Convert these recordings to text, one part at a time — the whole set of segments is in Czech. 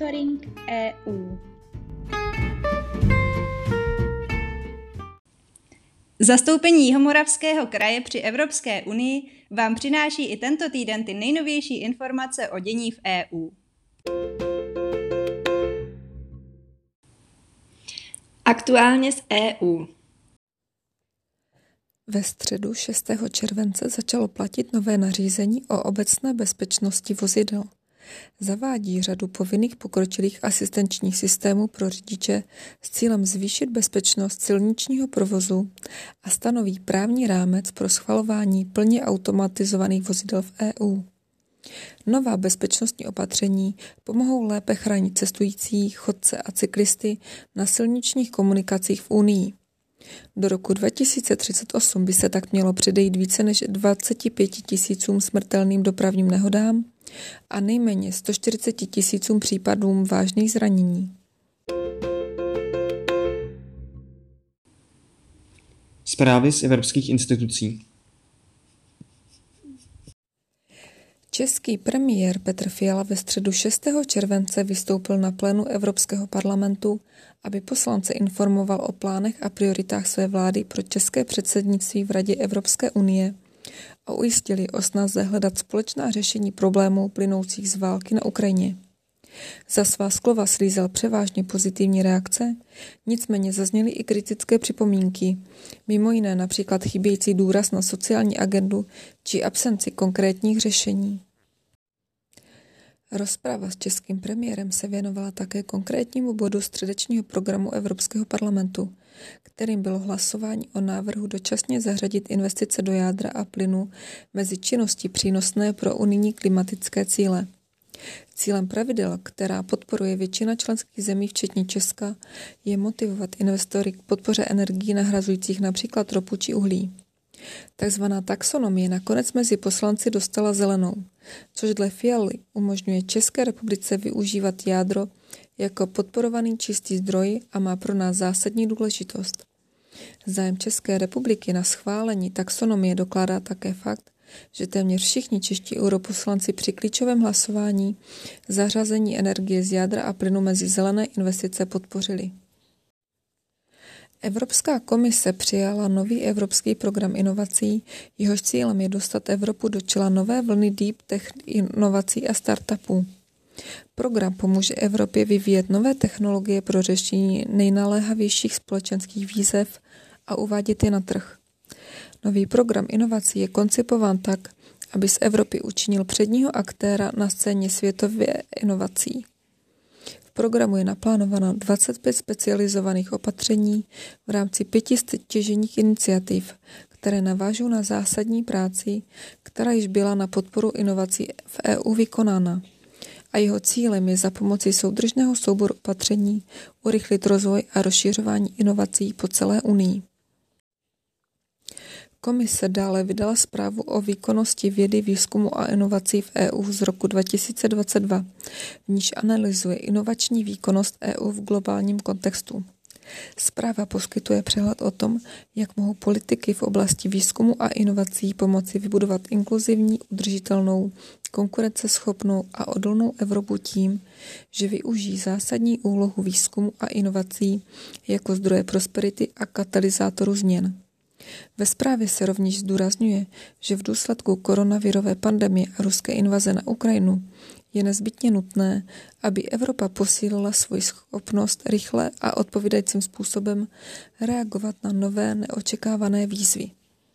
Monitoring EU. Zastoupení Jihomoravského kraje při Evropské unii vám přináší i tento týden ty nejnovější informace o dění v EU. Aktuálně z EU. Ve středu 6. července začalo platit nové nařízení o obecné bezpečnosti vozidel. Zavádí řadu povinných pokročilých asistenčních systémů pro řidiče s cílem zvýšit bezpečnost silničního provozu a stanoví právní rámec pro schvalování plně automatizovaných vozidel v EU. Nová bezpečnostní opatření pomohou lépe chránit cestující, chodce a cyklisty na silničních komunikacích v Unii. Do roku 2038 by se tak mělo předejít více než 25 000 smrtelným dopravním nehodám a nejméně 140 000 případům vážných zranění. Zprávy z evropských institucí. Český premiér Petr Fiala ve středu 6. července vystoupil na plénu Evropského parlamentu, aby poslance informoval o plánech a prioritách své vlády pro české předsednictví v Radě Evropské unie a ujistili o snaze hledat společná řešení problémů plynoucích z války na Ukrajině. Za svá slova slízel převážně pozitivní reakce, nicméně zazněly i kritické připomínky, mimo jiné například chybějící důraz na sociální agendu či absenci konkrétních řešení. Rozprava s českým premiérem se věnovala také konkrétnímu bodu středečního programu Evropského parlamentu, kterým bylo hlasování o návrhu dočasně zařadit investice do jádra a plynu mezi činnosti přínosné pro unijní klimatické cíle. Cílem pravidel, která podporuje většina členských zemí včetně Česka, je motivovat investory k podpoře energií nahrazujících například ropu či uhlí. Takzvaná taxonomie nakonec mezi poslanci dostala zelenou, což dle Fialy umožňuje České republice využívat jádro jako podporovaný čistý zdroj a má pro nás zásadní důležitost. Zájem České republiky na schválení taxonomie dokládá také fakt, že téměř všichni čeští europoslanci při klíčovém hlasování zařazení energie z jádra a plynu mezi zelené investice podpořili. Evropská komise přijala nový evropský program inovací, jehož cílem je dostat Evropu do čela nové vlny deep tech inovací a startupů. Program pomůže Evropě vyvíjet nové technologie pro řešení nejnaléhavějších společenských výzev a uvádět je na trh. Nový program inovací je koncipován tak, aby z Evropy učinil předního aktéra na scéně světově inovací. V programu je naplánováno 25 specializovaných opatření v rámci 5 stěžejních iniciativ, které navážou na zásadní práci, která již byla na podporu inovací v EU vykonána. A jeho cílem je za pomoci soudržného souboru opatření urychlit rozvoj a rozšiřování inovací po celé Unii. Komise dále vydala zprávu o výkonnosti vědy, výzkumu a inovací v EU z roku 2022, v níž analyzuje inovační výkonnost EU v globálním kontextu. Zpráva poskytuje přehled o tom, jak mohou politiky v oblasti výzkumu a inovací pomoci vybudovat inkluzivní, udržitelnou, konkurenceschopnou a odolnou Evropu tím, že využijí zásadní úlohu výzkumu a inovací jako zdroje prosperity a katalyzátoru změn. Ve zprávě se rovněž zdůrazňuje, že v důsledku koronavirové pandemie a ruské invaze na Ukrajinu je nezbytně nutné, aby Evropa posílila svoji schopnost rychle a odpovídajícím způsobem reagovat na nové neočekávané výzvy.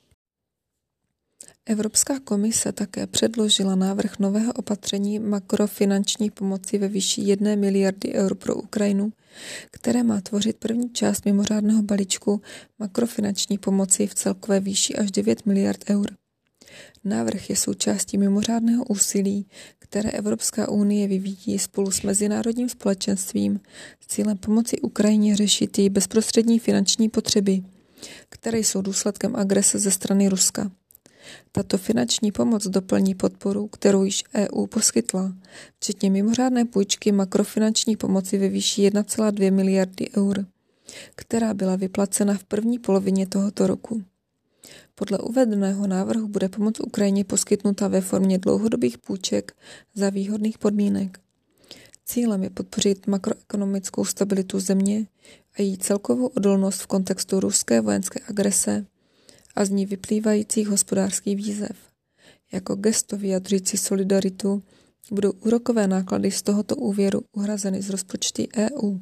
Evropská komise také předložila návrh nového opatření makrofinanční pomoci ve výši 1 miliardy eur pro Ukrajinu, které má tvořit první část mimořádného balíčku makrofinanční pomoci v celkové výši až 9 miliard eur. Návrh je součástí mimořádného úsilí, které Evropská unie vyvíjí spolu s mezinárodním společenstvím s cílem pomoci Ukrajině řešit její bezprostřední finanční potřeby, které jsou důsledkem agrese ze strany Ruska. Tato finanční pomoc doplní podporu, kterou již EU poskytla, včetně mimořádné půjčky makrofinanční pomoci ve výši 1,2 miliardy eur, která byla vyplacena v první polovině tohoto roku. Podle uvedeného návrhu bude pomoc Ukrajině poskytnuta ve formě dlouhodobých půjček za výhodných podmínek. Cílem je podpořit makroekonomickou stabilitu země a její celkovou odolnost v kontextu ruské vojenské agrese a z ní vyplývajících hospodářských výzev. Jako gesto vyjadřující solidaritu budou úrokové náklady z tohoto úvěru uhrazeny z rozpočtu EU.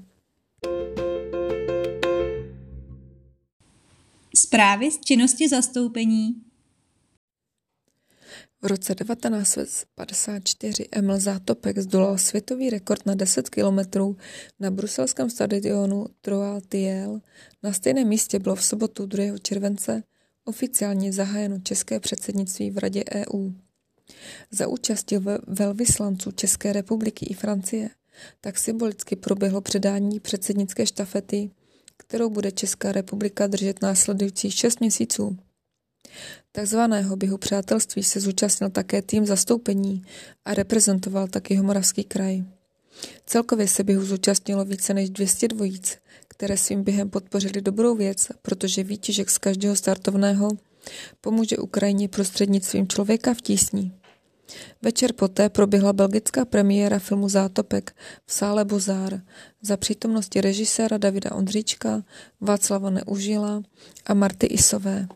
Zprávy z činnosti zastoupení. V roce 1954 Emil Zátopek zdolal světový rekord na 10 kilometrů na bruselském stadionu Trois-Tiel. Na stejném místě bylo v sobotu 2. července oficiálně zahájeno české předsednictví v Radě EU. Za účasti velvyslanců České republiky i Francie tak symbolicky proběhlo předání předsednické štafety, kterou bude Česká republika držet následujících 6 měsíců. Takzvaného běhu přátelství se zúčastnil také tým zastoupení a reprezentoval tak Jihomoravský kraj. Celkově se běhu zúčastnilo více než 200 dvojic, které svým během podpořili dobrou věc, protože výtěžek z každého startovného pomůže Ukrajině prostřednictvím Člověka v tísni. Večer poté proběhla belgická premiéra filmu Zátopek v sále Bozár za přítomnosti režiséra Davida Ondříčka, Václava Neužila a Marty Isové.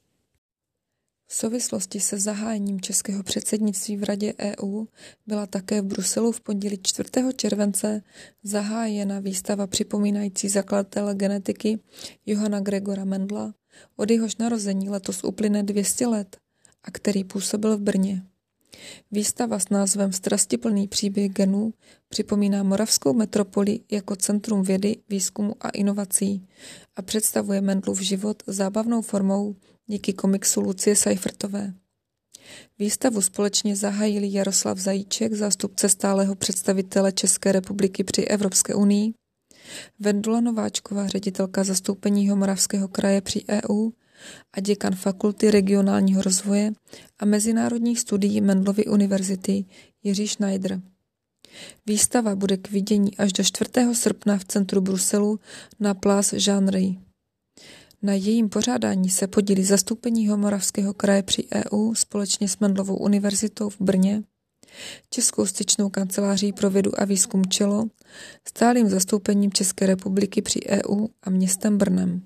V souvislosti se zahájením českého předsednictví v Radě EU byla také v Bruselu v pondělí 4. července zahájena výstava připomínající zakladatele genetiky Johanna Gregora Mendla, od jehož narození letos uplyne 200 let a který působil v Brně. Výstava s názvem Strastiplný příběh genů připomíná moravskou metropoli jako centrum vědy, výzkumu a inovací a představuje Mendlův život zábavnou formou díky komiksu Lucie Seifertové. Výstavu společně zahájili Jaroslav Zajíček, zástupce stálého představitele České republiky při Evropské unii, Vendula Nováčková, ředitelka zastoupení Jihomoravského kraje při EU a děkan Fakulty regionálního rozvoje a mezinárodních studií Mendlovy univerzity Jiří Schneider. Výstava bude k vidění až do 4. srpna v centru Bruselu na Place Jean Rey. Na jejím pořádání se podílí zastoupení Jihomoravského kraje při EU společně s Mendlovou univerzitou v Brně, Českou styčnou kanceláří pro vědu a výzkum ČELO, stálým zastoupením České republiky při EU a městem Brnem.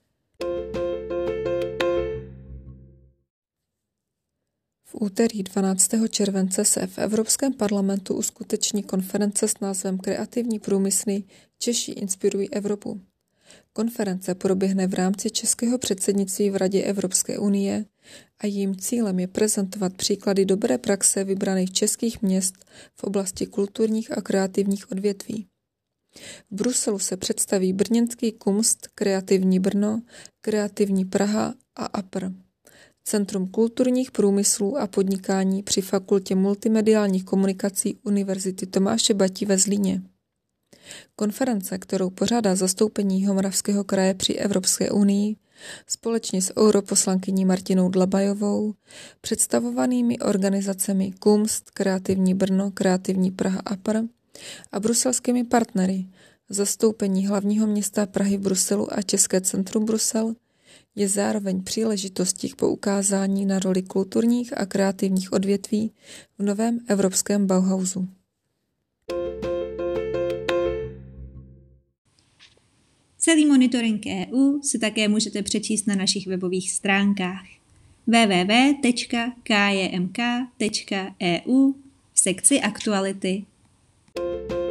V úterý 12. července se v Evropském parlamentu uskuteční konference s názvem Kreativní průmysly Češi inspirují Evropu. Konference proběhne v rámci českého předsednictví v Radě Evropské unie a jejím cílem je prezentovat příklady dobré praxe vybraných českých měst v oblasti kulturních a kreativních odvětví. V Bruselu se představí brněnský KUMST, Kreativní Brno, Kreativní Praha a APR. Centrum kulturních průmyslů a podnikání při Fakultě multimediálních komunikací Univerzity Tomáše Bati ve Zlíně. Konference, kterou pořádá zastoupení Jihomoravského kraje při Evropské unii, společně s europoslankyní Martinou Dlabajovou, představovanými organizacemi KUMST, Kreativní Brno, Kreativní Praha APR a bruselskými partnery, zastoupení hlavního města Prahy v Bruselu a České centrum Brusel, je zároveň příležitostí k poukázání na roli kulturních a kreativních odvětví v novém evropském Bauhausu. Celý monitoring EU si také můžete přečíst na našich webových stránkách www.kjmk.eu v sekci Aktuality.